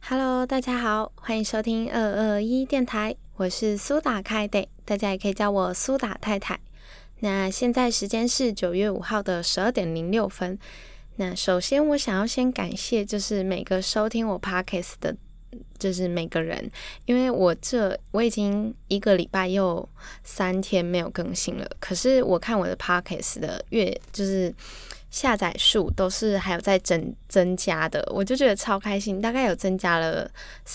Hello，大家好，欢迎收听221电台，我是苏打开的，大家也可以叫我苏打太太。那现在时间是9月5号的12:06。那首先我想要先感谢，就是每个收听我 Podcast 的，就是每个人，因为我已经1个礼拜又3天没有更新了，可是我看我的 Podcast 的就是下载数都是还有在增加的，我就觉得超开心，大概有增加了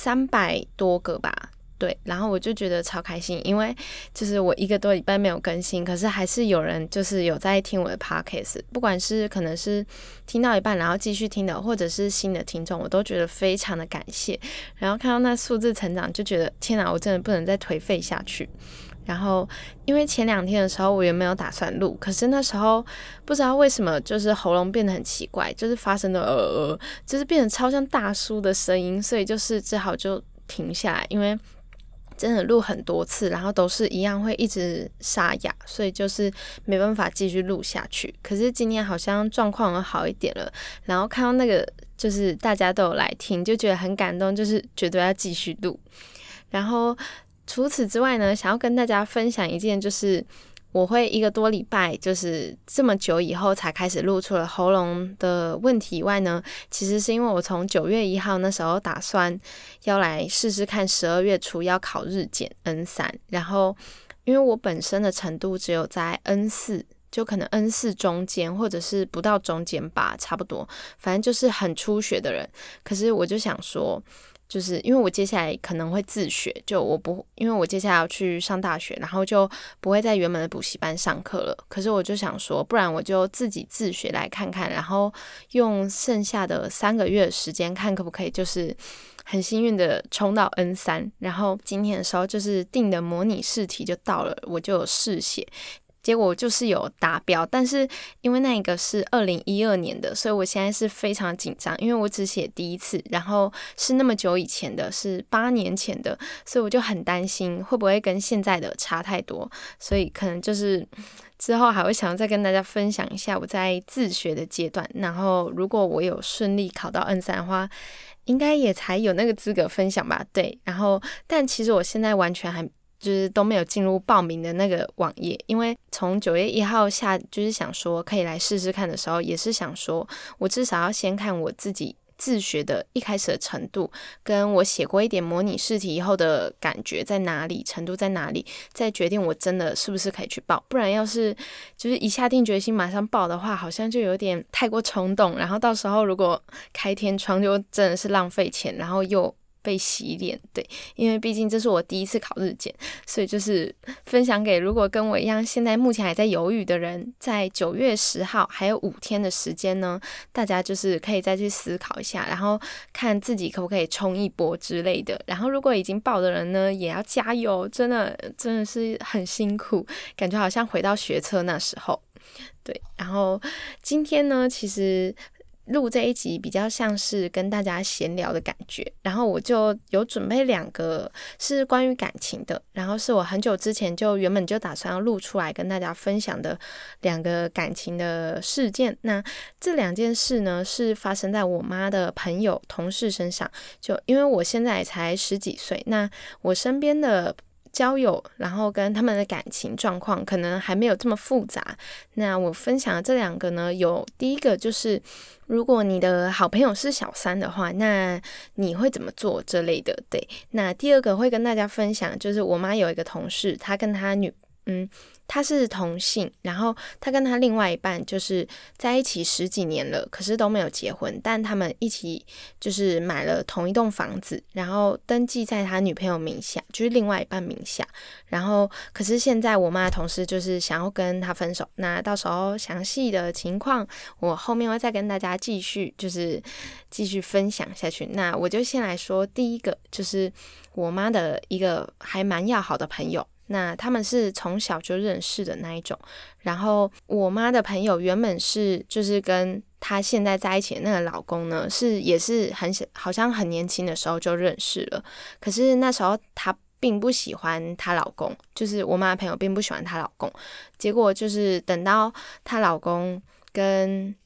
300多个吧。对，然后我就觉得超开心，因为就是我1个多礼拜没有更新，可是还是有人就是有在听我的 podcast， 不管是可能是听到一半然后继续听的，或者是新的听众，我都觉得非常的感谢。然后看到那数字成长，就觉得天哪，我真的不能再颓废下去。然后因为前2天的时候我原本有打算录，可是那时候不知道为什么就是喉咙变得很奇怪，就是发生的就是变得超像大叔的声音，所以就是只好就停下来，因为真的录很多次，然后都是一样会一直沙哑，所以就是没办法继续录下去。可是今天好像状况有好一点了，然后看到那个就是大家都有来听，就觉得很感动，就是觉得要继续录。然后除此之外呢，想要跟大家分享一件，就是我会1个多礼拜，就是这么久以后才开始录出了喉咙的问题以外呢，其实是因为我从9月1号那时候打算要来试试看12月初要考日检 N3， 然后因为我本身的程度只有在 N4，就可能 N4 中间或者是不到中间吧，差不多，反正就是很初学的人。可是我就想说，就是因为我接下来可能会自学，因为我接下来要去上大学，然后就不会在原本的补习班上课了。可是我就想说，不然我就自己自学来看看，然后用剩下的3个月的时间看可不可以就是很幸运的冲到 N3。然后今天的时候就是定的模拟试题就到了，我就有试写。结果就是有达标，但是因为那个是2012年的，所以我现在是非常紧张，因为我只写第一次，然后是那么久以前的，是8年前的，所以我就很担心会不会跟现在的差太多，所以可能就是之后还会想要再跟大家分享一下我在自学的阶段，然后如果我有顺利考到 N3 的话，应该也才有那个资格分享吧。对，然后但其实我现在完全还就是都没有进入报名的那个网页，因为从9月1号下就是想说可以来试试看的时候，也是想说我至少要先看我自己自学的一开始的程度，跟我写过一点模拟试题以后的感觉在哪里，程度在哪里，再决定我真的是不是可以去报。不然要是就是一下定决心马上报的话，好像就有点太过冲动，然后到时候如果开天窗就真的是浪费钱，然后又被洗脸。对，因为毕竟这是我第一次考日检，所以就是分享给如果跟我一样现在目前还在犹豫的人，在9月10号还有5天的时间呢，大家就是可以再去思考一下，然后看自己可不可以冲一波之类的。然后如果已经报的人呢，也要加油，真的是很辛苦，感觉好像回到学测那时候。对，然后今天呢，其实录这一集比较像是跟大家闲聊的感觉，然后我就有准备2个是关于感情的，然后是我很久之前就原本就打算要录出来跟大家分享的2个感情的事件。那这2件事呢，是发生在我妈的朋友同事身上，就因为我现在才10几岁，那我身边的交友，然后跟他们的感情状况可能还没有这么复杂。那我分享的这2个呢，有第一个就是如果你的好朋友是小三的话，那你会怎么做之类的。对，那第2个会跟大家分享，就是我妈有一个同事，她跟她他是同性，然后他跟他另外一半就是在一起10几年了，可是都没有结婚，但他们一起就是买了同一栋房子，然后登记在他女朋友名下，就是另外一半名下。然后可是现在我妈的同事就是想要跟他分手，那到时候详细的情况我后面会再跟大家继续分享下去。那我就先来说第一个，就是我妈的一个还蛮要好的朋友，那他们是从小就认识的那一种。然后我妈的朋友原本是就是跟她现在在一起的那个老公呢，也是好像很年轻的时候就认识了。可是那时候她并不喜欢她老公，就是我妈的朋友并不喜欢她老公。结果就是等到她老公跟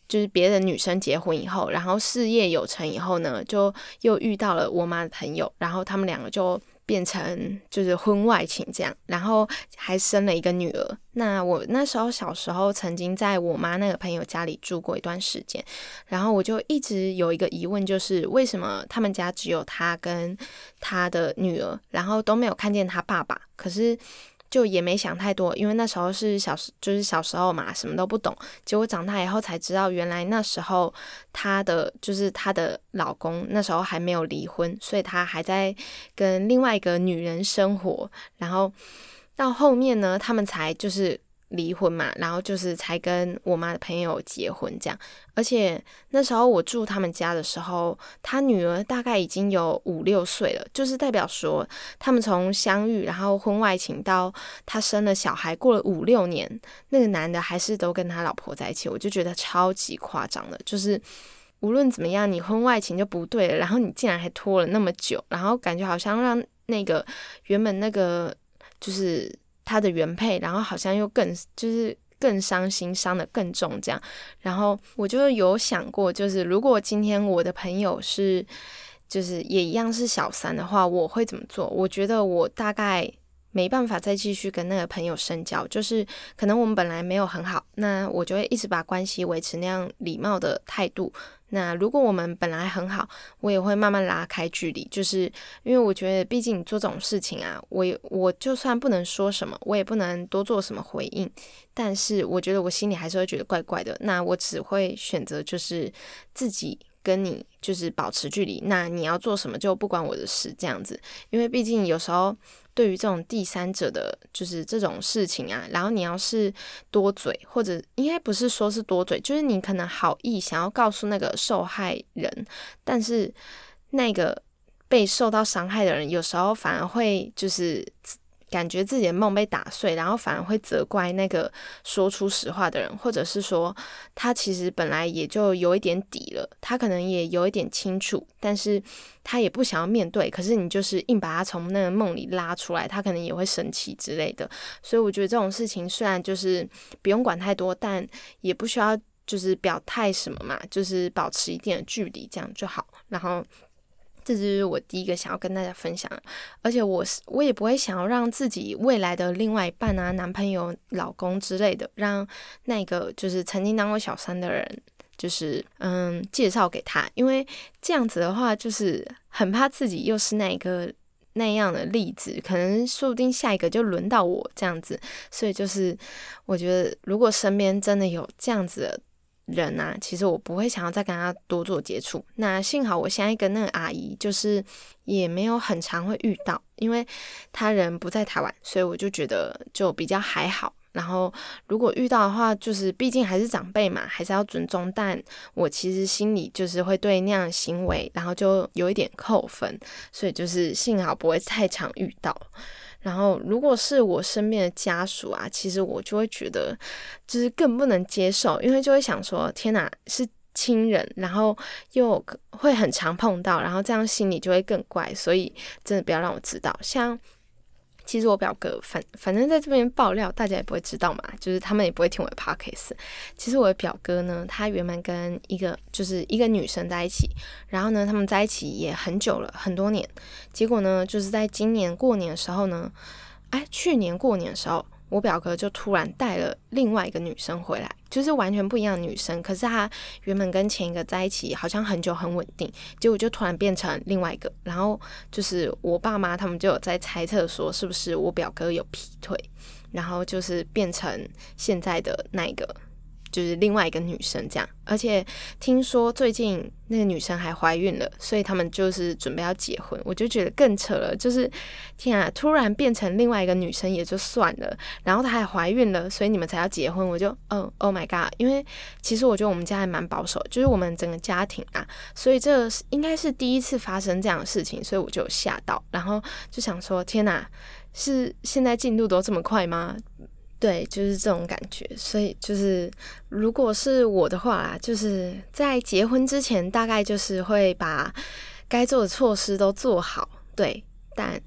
就是别的女生结婚以后，然后事业有成以后呢，就又遇到了我妈的朋友，然后他们两个就变成就是婚外情这样，然后还生了一个女儿。那我那时候小时候曾经在我妈那个朋友家里住过一段时间，然后我就一直有一个疑问，就是为什么他们家只有他跟他的女儿，然后都没有看见他爸爸，可是就也没想太多，因为那时候是就是小时候嘛，什么都不懂。结果长大以后才知道，原来那时候她的老公那时候还没有离婚，所以她还在跟另外一个女人生活。然后到后面呢，他们才就是离婚嘛，然后就是才跟我妈的朋友结婚这样。而且那时候我住他们家的时候，他女儿大概已经有5、6岁了，就是代表说他们从相遇，然后婚外情到他生了小孩，过了5、6年，那个男的还是都跟他老婆在一起，我就觉得超级夸张的，就是无论怎么样，你婚外情就不对了，然后你竟然还拖了那么久，然后感觉好像让那个原本那个就是他的原配，然后好像又更伤心，伤得更重这样。然后我就有想过，就是如果今天我的朋友就是也一样是小三的话，我会怎么做？我觉得我大概没办法再继续跟那个朋友深交，就是可能我们本来没有很好，那我就会一直把关系维持那样礼貌的态度。那如果我们本来很好，我也会慢慢拉开距离，就是因为我觉得毕竟你做这种事情啊，我就算不能说什么，我也不能多做什么回应，但是我觉得我心里还是会觉得怪怪的，那我只会选择就是自己跟你就是保持距离，那你要做什么就不关我的事这样子。因为毕竟有时候对于这种第三者的就是这种事情啊，然后你要是多嘴，或者应该不是说是多嘴，就是你可能好意想要告诉那个受害人，但是那个被受到伤害的人有时候反而会就是感觉自己的梦被打碎，然后反而会责怪那个说出实话的人，或者是说他其实本来也就有一点底了，他可能也有一点清楚，但是他也不想要面对，可是你就是硬把他从那个梦里拉出来，他可能也会生气之类的。所以我觉得这种事情虽然就是不用管太多，但也不需要就是表态什么嘛，就是保持一定的距离这样就好。然后这就是我第一个想要跟大家分享的，而且我也不会想要让自己未来的另外一半啊、男朋友、老公之类的，让那个就是曾经当过小三的人，就是介绍给他，因为这样子的话，就是很怕自己又是那样的例子，可能说不定下一个就轮到我这样子，所以就是我觉得如果身边真的有这样子的人啊，其实我不会想要再跟他多做接触。那幸好我现在跟那个阿姨就是也没有很常会遇到，因为她人不在台湾，所以我就觉得就比较还好。然后如果遇到的话，就是毕竟还是长辈嘛，还是要尊重，但我其实心里就是会对那样的行为，然后就有一点扣分，所以就是幸好不会太常遇到。然后如果是我身边的家属啊，其实我就会觉得就是更不能接受，因为就会想说天哪，是亲人，然后又会很常碰到，然后这样心里就会更怪，所以真的不要让我知道。像其实我表哥反正在这边爆料大家也不会知道嘛，就是他们也不会听我的 podcast。 其实我的表哥呢，他原本跟一个女生在一起，然后呢他们在一起也很久了，很多年，结果呢就是在今年过年的时候呢，去年过年的时候，我表哥就突然带了另外一个女生回来，就是完全不一样的女生，可是他原本跟前一个在一起好像很久很稳定，结果就突然变成另外一个，然后就是我爸妈他们就有在猜测说是不是我表哥有劈腿，然后就是变成现在的那一个就是另外一个女生这样。而且听说最近那个女生还怀孕了，所以他们就是准备要结婚，我就觉得更扯了，就是天啊，突然变成另外一个女生也就算了，然后她还怀孕了，所以你们才要结婚，我就Oh my god。 因为其实我觉得我们家还蛮保守，就是我们整个家庭啊，所以这应该是第一次发生这样的事情，所以我就有吓到，然后就想说天哪，是现在进度都这么快吗？对，就是这种感觉。所以就是如果是我的话啦，就是在结婚之前大概就是会把该做的措施都做好，对，但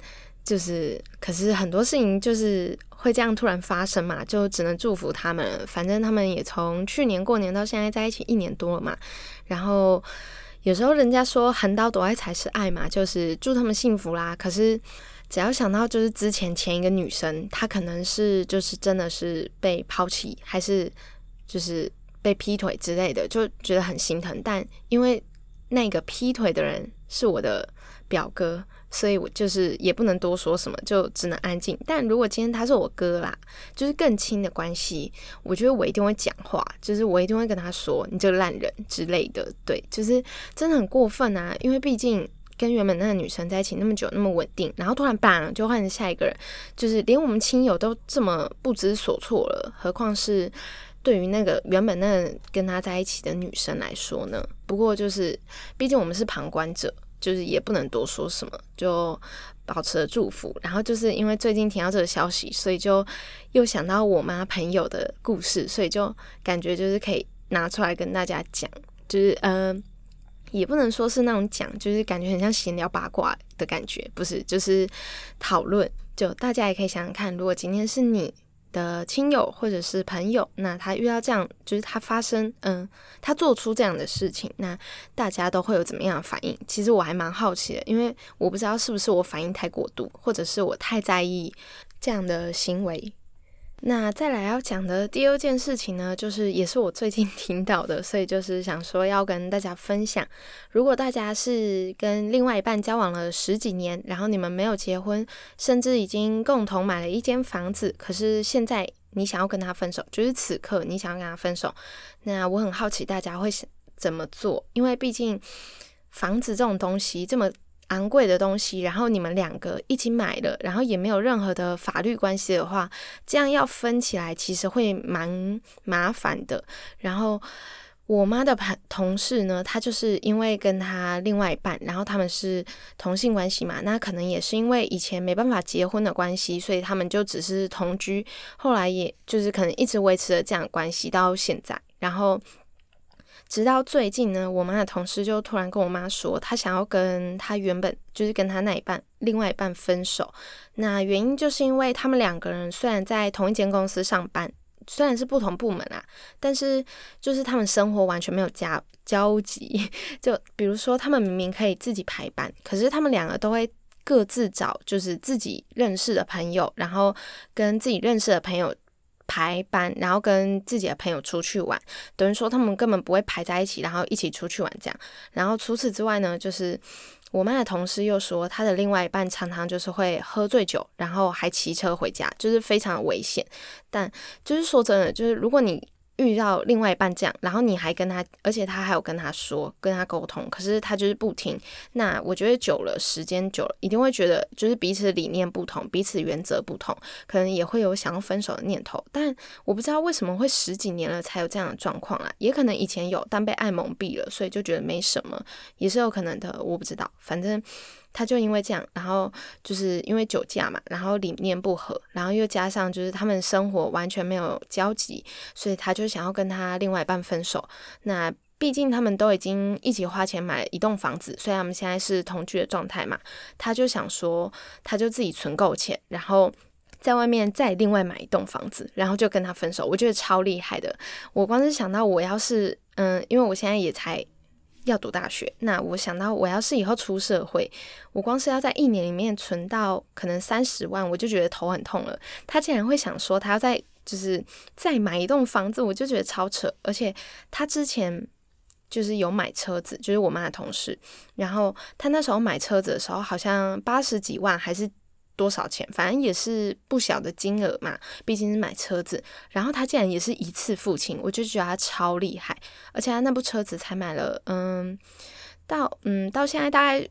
可是很多事情就是会这样突然发生嘛，就只能祝福他们。反正他们也从去年过年到现在在一起1年多了嘛，然后有时候人家说横刀夺爱才是爱嘛，就是祝他们幸福啦。可是只要想到就是之前前一个女生，她可能是就是真的是被抛弃，还是就是被劈腿之类的，就觉得很心疼。但因为那个劈腿的人是我的表哥，所以我就是也不能多说什么，就只能安静。但如果今天他是我哥啦，就是更亲的关系，我觉得我一定会讲话，就是我一定会跟他说你这个烂人之类的。对，就是真的很过分啊，因为毕竟跟原本那个女生在一起那么久那么稳定，然后突然bang就换成下一个人，就是连我们亲友都这么不知所措了，何况是对于那个原本那个跟他在一起的女生来说呢？不过就是毕竟我们是旁观者，就是也不能多说什么，就保持了祝福。然后就是因为最近听到这个消息，所以就又想到我妈朋友的故事，所以就感觉就是可以拿出来跟大家讲，就是也不能说是那种讲，就是感觉很像闲聊八卦的感觉，不是，就是讨论。就大家也可以想想看，如果今天是你的亲友或者是朋友，那他遇到这样，就是他发生他做出这样的事情，那大家都会有怎么样的反应？其实我还蛮好奇的，因为我不知道是不是我反应太过度，或者是我太在意这样的行为。那再来要讲的第二件事情呢，就是也是我最近听到的，所以就是想说要跟大家分享。如果大家是跟另外一半交往了10几年，然后你们没有结婚，甚至已经共同买了一间房子，可是现在你想要跟他分手，就是此刻你想要跟他分手，那我很好奇大家会怎么做，因为毕竟房子这种东西这么昂贵的东西，然后你们2个一起买了，然后也没有任何的法律关系的话，这样要分起来其实会蛮麻烦的。然后我妈的同事呢，她就是因为跟她另外一半，然后他们是同性关系嘛，那可能也是因为以前没办法结婚的关系，所以他们就只是同居，后来也就是可能一直维持了这样的关系到现在。然后直到最近呢，我妈的同事就突然跟我妈说，她想要跟她原本就是跟她另外一半分手。那原因就是因为他们2个人虽然在同一间公司上班，虽然是不同部门啊，但是就是他们生活完全没有交集。就比如说他们明明可以自己排班，可是他们2个都会各自找就是自己认识的朋友，然后跟自己认识的朋友排班，然后跟自己的朋友出去玩，等于说他们根本不会排在一起，然后一起出去玩这样。然后除此之外呢，就是我妈的同事又说，她的另外一半常常就是会喝醉酒，然后还骑车回家，就是非常的危险。但就是说真的，就是如果你遇到另外一半这样，然后你还跟他，而且他还有跟他说，跟他沟通，可是他就是不听。那我觉得时间久了，一定会觉得就是彼此理念不同，彼此原则不同，可能也会有想要分手的念头。但我不知道为什么会10几年了才有这样的状况啦，也可能以前有，但被爱蒙蔽了，所以就觉得没什么，也是有可能的，我不知道。反正他就因为这样，然后就是因为酒驾嘛，然后理念不合，然后又加上就是他们生活完全没有交集，所以他就想要跟他另外一半分手。那毕竟他们都已经一起花钱买了一栋房子，所以他们现在是同居的状态嘛，他就想说他就自己存够钱，然后在外面再另外买一栋房子，然后就跟他分手。我觉得超厉害的。我光是想到我要是因为我现在也才要读大学，那我想到我要是以后出社会，我光是要在1年里面存到可能30万，我就觉得头很痛了。他竟然会想说他要再买一栋房子，我就觉得超扯。而且他之前就是有买车子，就是我妈的同事，然后他那时候买车子的时候好像80几万还是多少钱，反正也是不小的金额嘛，毕竟是买车子。然后他竟然也是一次付清，我就觉得他超厉害。而且他那部车子才买了到现在大概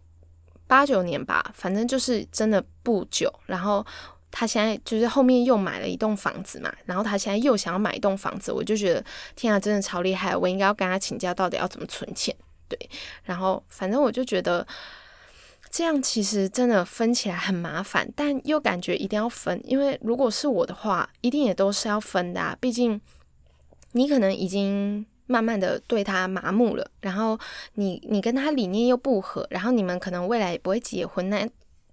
8、9年吧，反正就是真的不久。然后他现在就是后面又买了一栋房子嘛，然后他现在又想要买一栋房子，我就觉得天啊，真的超厉害，我应该要跟他请教到底要怎么存钱。对，然后反正我就觉得这样其实真的分起来很麻烦，但又感觉一定要分，因为如果是我的话，一定也都是要分的啊。毕竟你可能已经慢慢的对他麻木了，然后你跟他理念又不合，然后你们可能未来也不会结婚，那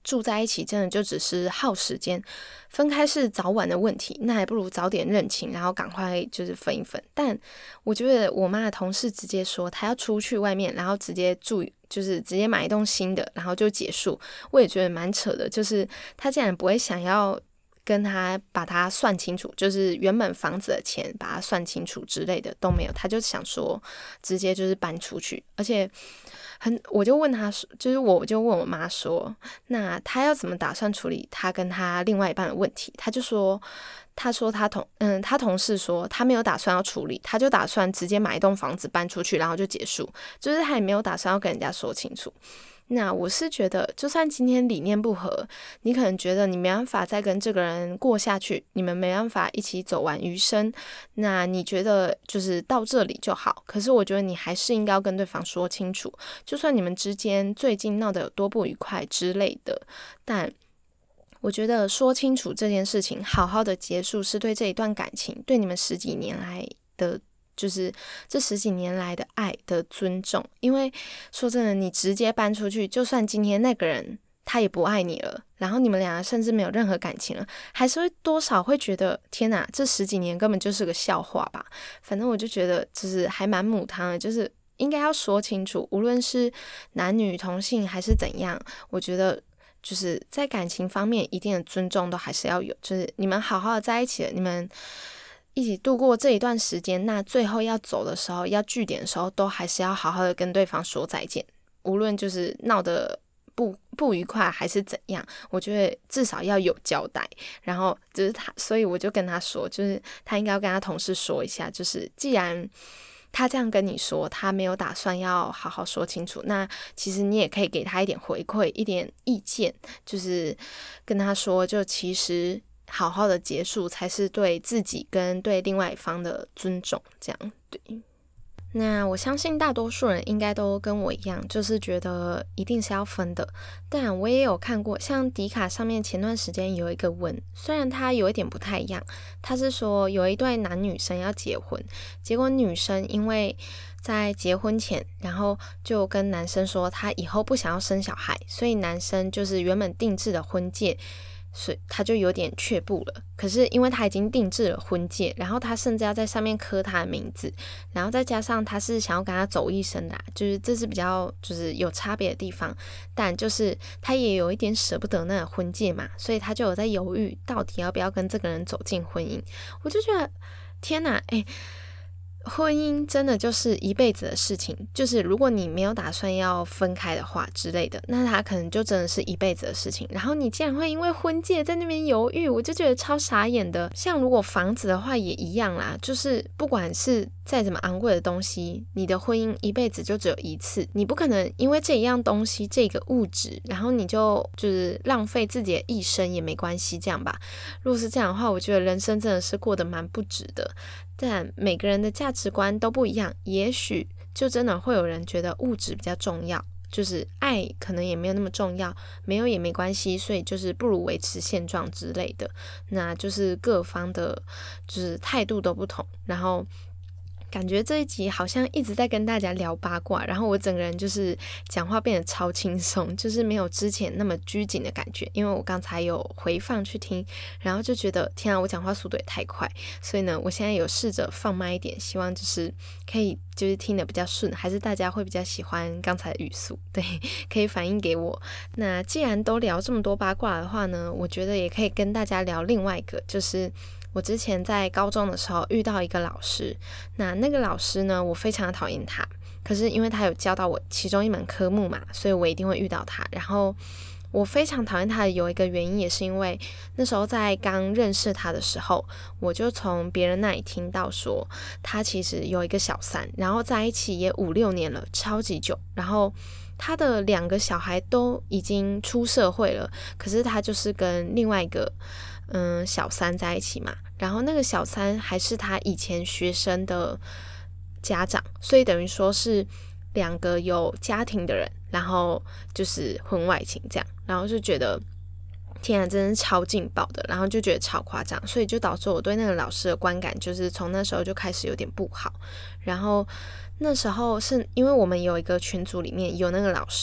住在一起真的就只是耗时间，分开是早晚的问题，那还不如早点认清，然后赶快就是分一分。但我觉得我妈的同事直接说她要出去外面，然后直接住，就是直接买一栋新的，然后就结束。我也觉得蛮扯的，就是她竟然不会想要跟他把它算清楚，就是原本房子的钱把它算清楚之类的都没有，他就想说直接就是搬出去，而且我就问他说，就是我就问我妈说，那他要怎么打算处理他跟他另外一半的问题？他就说，他同事说他没有打算要处理，他就打算直接买一栋房子搬出去，然后就结束，就是他也没有打算要跟人家说清楚。那我是觉得，就算今天理念不合，你可能觉得你没办法再跟这个人过下去，你们没办法一起走完余生，那你觉得就是到这里就好。可是我觉得你还是应该要跟对方说清楚，就算你们之间最近闹得有多不愉快之类的，但我觉得说清楚这件事情，好好的结束，是对这一段感情，对你们十几年来的。就是这十几年来的爱的尊重，因为说真的，你直接搬出去，就算今天那个人他也不爱你了，然后你们两个甚至没有任何感情了，还是会多少会觉得天哪，这十几年根本就是个笑话吧。反正我就觉得就是还蛮母汤的，就是应该要说清楚，无论是男女同性还是怎样，我觉得就是在感情方面一定的尊重都还是要有，就是你们好好的在一起了，你们一起度过这一段时间，那最后要走的时候，要据点的时候，都还是要好好的跟对方说再见。无论就是闹得不愉快还是怎样，我觉得至少要有交代。然后就是所以我就跟他说，就是他应该要跟他同事说一下，就是既然他这样跟你说，他没有打算要好好说清楚，那其实你也可以给他一点回馈，一点意见，就是跟他说，就其实好好的结束才是对自己跟对另外一方的尊重，这样对。那我相信大多数人应该都跟我一样，就是觉得一定是要分的。但我也有看过，像迪卡上面前段时间有一个文，虽然它有一点不太一样，它是说有一对男女生要结婚，结果女生因为在结婚前，然后就跟男生说她以后不想要生小孩，所以男生就是原本定制的婚戒，所以他就有点却步了。可是因为他已经定制了婚戒，然后他甚至要在上面刻他的名字，然后再加上他是想要跟他走一生的就是这是比较就是有差别的地方。但就是他也有一点舍不得那个婚戒嘛，所以他就有在犹豫到底要不要跟这个人走进婚姻。我就觉得天哪，婚姻真的就是一辈子的事情，就是如果你没有打算要分开的话之类的，那它可能就真的是一辈子的事情。然后你竟然会因为婚戒在那边犹豫，我就觉得超傻眼的。像如果房子的话也一样啦，就是不管是再怎么昂贵的东西，你的婚姻一辈子就只有一次，你不可能因为这一样东西这个物质，然后你就是浪费自己的一生也没关系，这样吧。如果是这样的话，我觉得人生真的是过得蛮不值的。但每个人的价值观都不一样，也许就真的会有人觉得物质比较重要，就是爱可能也没有那么重要，没有也没关系，所以就是不如维持现状之类的。那就是各方的就是态度都不同，然后感觉这一集好像一直在跟大家聊八卦，然后我整个人就是讲话变得超轻松，就是没有之前那么拘谨的感觉。因为我刚才有回放去听，然后就觉得天啊，我讲话速度也太快，所以呢，我现在有试着放慢一点，希望就是可以就是听得比较顺，还是大家会比较喜欢刚才的语速，对，可以反映给我。那既然都聊这么多八卦的话呢，我觉得也可以跟大家聊另外一个，就是我之前在高中的时候遇到一个老师，那个老师呢，我非常的讨厌他，可是因为他有教到我其中一门科目嘛，所以我一定会遇到他。然后我非常讨厌他的有一个原因，也是因为那时候在刚认识他的时候，我就从别人那里听到说他其实有一个小三，然后在一起也5-6年了，超级久，然后他的2个小孩都已经出社会了，可是他就是跟另外一个小三在一起嘛，然后那个小三还是他以前学生的家长，所以等于说是2个有家庭的人，然后就是婚外情这样，然后就觉得天啊，真是超劲爆的，然后就觉得超夸张，所以就导致我对那个老师的观感就是从那时候就开始有点不好。然后那时候是因为我们有一个群组里面有那个老师，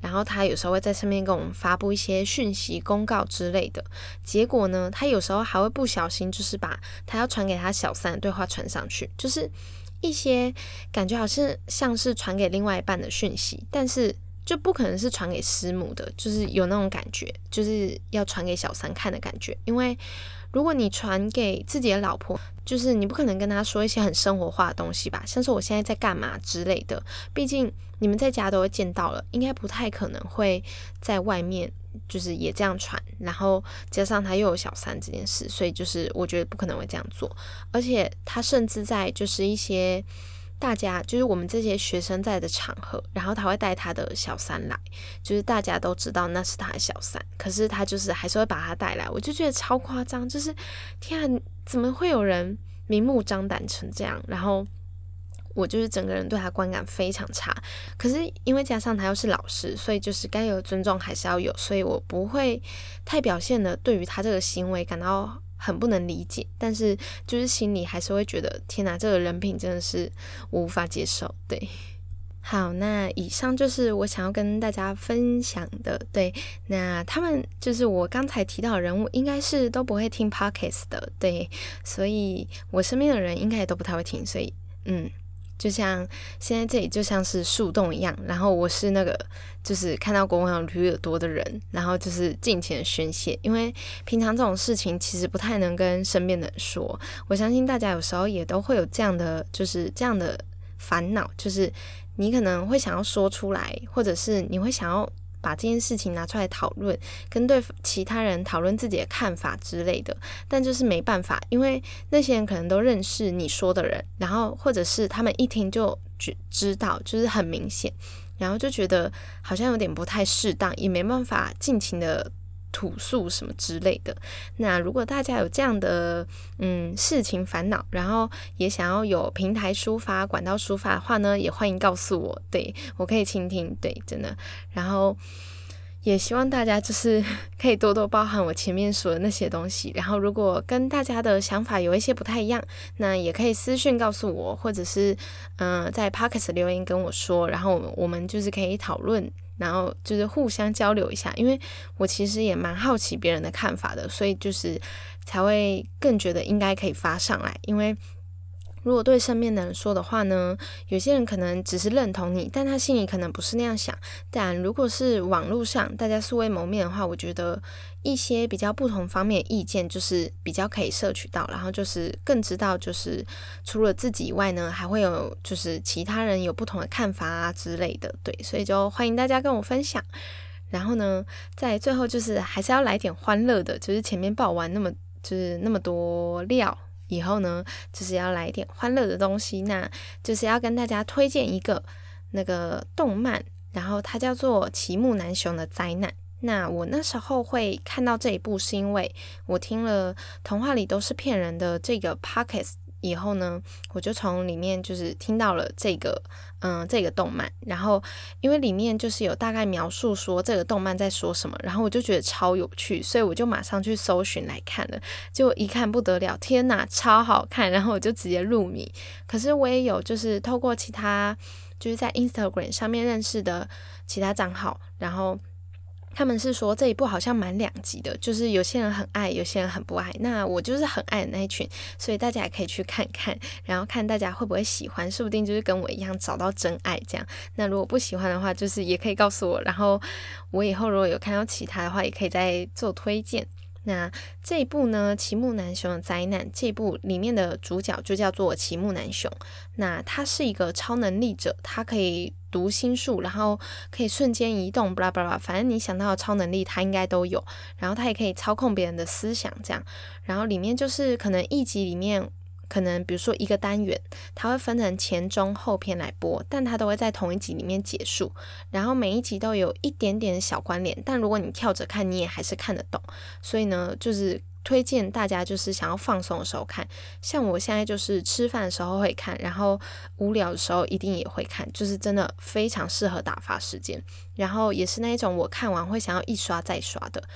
然后他有时候会在上面跟我们发布一些讯息公告之类的。结果呢，他有时候还会不小心就是把他要传给他小三的对话传上去，就是一些感觉好像是传给另外一半的讯息，但是就不可能是传给师母的，就是有那种感觉，就是要传给小三看的感觉。因为如果你传给自己的老婆，就是你不可能跟她说一些很生活化的东西吧，像是我现在在干嘛之类的，毕竟你们在家都会见到了，应该不太可能会在外面就是也这样传，然后加上他又有小三这件事，所以就是我觉得不可能会这样做。而且他甚至在就是一些大家就是我们这些学生在的场合，然后他会带他的小三来，就是大家都知道那是他的小三，可是他就是还是会把他带来，我就觉得超夸张，就是天啊，怎么会有人明目张胆成这样？然后我就是整个人对他观感非常差，可是因为加上他又是老师，所以就是该有的尊重还是要有，所以我不会太表现的对于他这个行为感到很不能理解，但是就是心里还是会觉得天哪，这个人品真的是我无法接受。对，好，那以上就是我想要跟大家分享的。对，那他们就是我刚才提到的人物，应该是都不会听 podcast 的，对，所以我身边的人应该也都不太会听，所以就像现在这里就像是树洞一样，然后我是那个就是看到国王有驴耳朵的人，然后就是尽情的宣泄，因为平常这种事情其实不太能跟身边的人说，我相信大家有时候也都会有这样的就是这样的烦恼，就是你可能会想要说出来，或者是你会想要把这件事情拿出来讨论，跟对其他人讨论自己的看法之类的，但就是没办法，因为那些人可能都认识你说的人，然后或者是他们一听就知道，就是很明显，然后就觉得好像有点不太适当，也没办法尽情的吐诉什么之类的。那如果大家有这样的事情烦恼，然后也想要有平台抒发、管道抒发的话呢，也欢迎告诉我，对，我可以倾听，对，真的。然后也希望大家就是可以多多包涵我前面说的那些东西，然后如果跟大家的想法有一些不太一样，那也可以私讯告诉我，或者是在 Podcast 留言跟我说，然后我们就是可以讨论，然后就是互相交流一下，因为我其实也蛮好奇别人的看法的，所以就是才会更觉得应该可以发上来。因为如果对身边的人说的话呢，有些人可能只是认同你，但他心里可能不是那样想。但如果是网络上大家素未谋面的话，我觉得一些比较不同方面的意见就是比较可以摄取到，然后就是更知道就是除了自己以外呢，还会有就是其他人有不同的看法啊之类的。对，所以就欢迎大家跟我分享。然后呢，在最后就是还是要来点欢乐的，就是前面爆完那么多料以后呢，就是要来一点欢乐的东西，那就是要跟大家推荐一个那个动漫，然后它叫做齐木楠雄的灾难。那我那时候会看到这一部是因为我听了童话里都是骗人的这个 podcast 以后呢，我就从里面就是听到了这个动漫，然后因为里面就是有大概描述说这个动漫在说什么，然后我就觉得超有趣，所以我就马上去搜寻来看了，结果一看不得了，天哪，超好看，然后我就直接入迷。可是我也有就是透过其他就是在 Instagram 上面认识的其他账号，然后他们是说这一部好像蛮两极的，就是有些人很爱，有些人很不爱。那我就是很爱的那一群，所以大家也可以去看看，然后看大家会不会喜欢，说不定就是跟我一样找到真爱这样。那如果不喜欢的话，就是也可以告诉我，然后我以后如果有看到其他的话，也可以再做推荐。那这一部呢，齐木楠雄的灾难，这一部里面的主角就叫做齐木楠雄。那他是一个超能力者，他可以读心术，然后可以瞬间移动，巴拉巴拉，反正你想到的超能力他应该都有。然后他也可以操控别人的思想，这样。然后里面就是可能一集里面，可能比如说一个单元，它会分成前中后篇来播，但它都会在同一集里面结束。然后每一集都有一点点小关联，但如果你跳着看，你也还是看得懂。所以呢，就是推荐大家就是想要放松的时候看，像我现在就是吃饭的时候会看，然后无聊的时候一定也会看，就是真的非常适合打发时间，然后也是那一种我看完会想要一刷再刷的。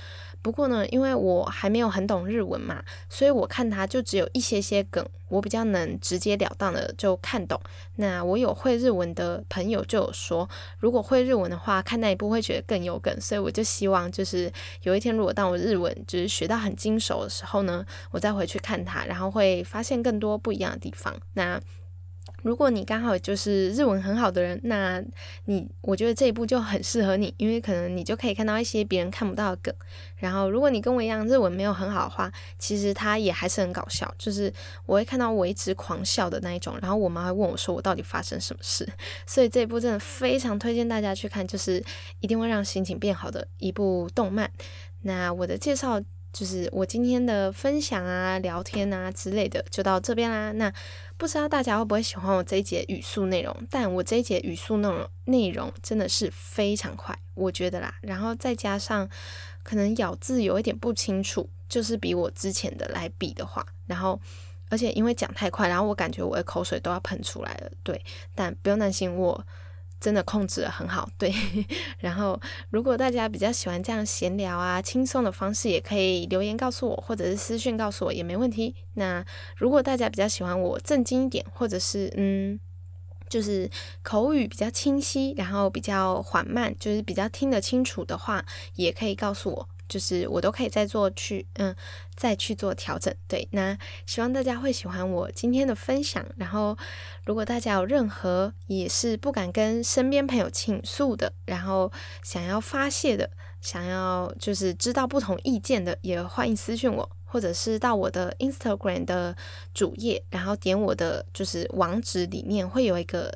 不过呢，因为我还没有很懂日文嘛，所以我看它就只有一些梗，我比较能直截了当的就看懂。那我有会日文的朋友就有说，如果会日文的话，看那一部会觉得更有梗，所以我就希望就是有一天如果当我日文就是学到很精熟的时候呢，我再回去看它，然后会发现更多不一样的地方。那如果你刚好就是日文很好的人，那我觉得这一部就很适合你，因为可能你就可以看到一些别人看不到的梗。然后如果你跟我一样日文没有很好的话，其实它也还是很搞笑，就是我会看到我一直狂笑的那一种，然后我妈会问我说我到底发生什么事。所以这一部真的非常推荐大家去看，就是一定会让心情变好的一部动漫。那我的介绍就是我今天的分享啊、聊天啊之类的，就到这边啦。那不知道大家会不会喜欢我这一节语速内容？但我这一节语速内容真的是非常快，我觉得啦。然后再加上可能咬字有一点不清楚，就是比我之前的来比的话，然后而且因为讲太快，然后我感觉我的口水都要喷出来了。对，但不用担心，我真的控制得很好，对。然后如果大家比较喜欢这样闲聊啊、轻松的方式，也可以留言告诉我，或者是私讯告诉我也没问题。那如果大家比较喜欢我正经一点，或者是就是口语比较清晰，然后比较缓慢，就是比较听得清楚的话，也可以告诉我。就是我都可以再去做调整。对，那希望大家会喜欢我今天的分享。然后如果大家有任何也是不敢跟身边朋友倾诉的，然后想要发泄的，想要就是知道不同意见的，也欢迎私讯我，或者是到我的 Instagram 的主页，然后点我的就是网址，里面会有一个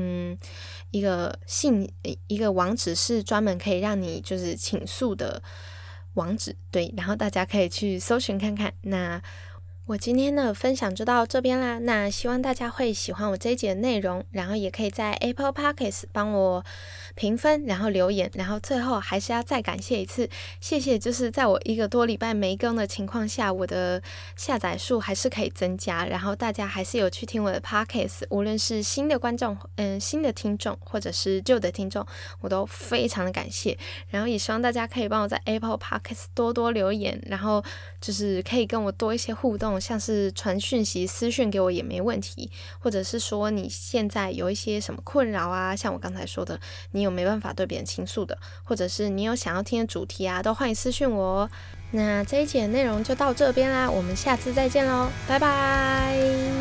一个网址是专门可以让你就是倾诉的网址。对，然后大家可以去搜寻看看。那我今天的分享就到这边啦，那希望大家会喜欢我这一集的内容，然后也可以在 Apple Podcast 帮我评分，然后留言，然后最后还是要再感谢一次，谢谢就是在我1个多礼拜没更的情况下，我的下载数还是可以增加，然后大家还是有去听我的 Podcast， 无论是新的听众或者是旧的听众，我都非常的感谢。然后也希望大家可以帮我在 Apple Podcast 多多留言，然后就是可以跟我多一些互动，像是传讯息、私讯给我也没问题，或者是说你现在有一些什么困扰啊，像我刚才说的，你有没办法对别人倾诉的，或者是你有想要听的主题啊，都欢迎私讯我哦。那这一集的内容就到这边啦，我们下次再见咯，拜拜。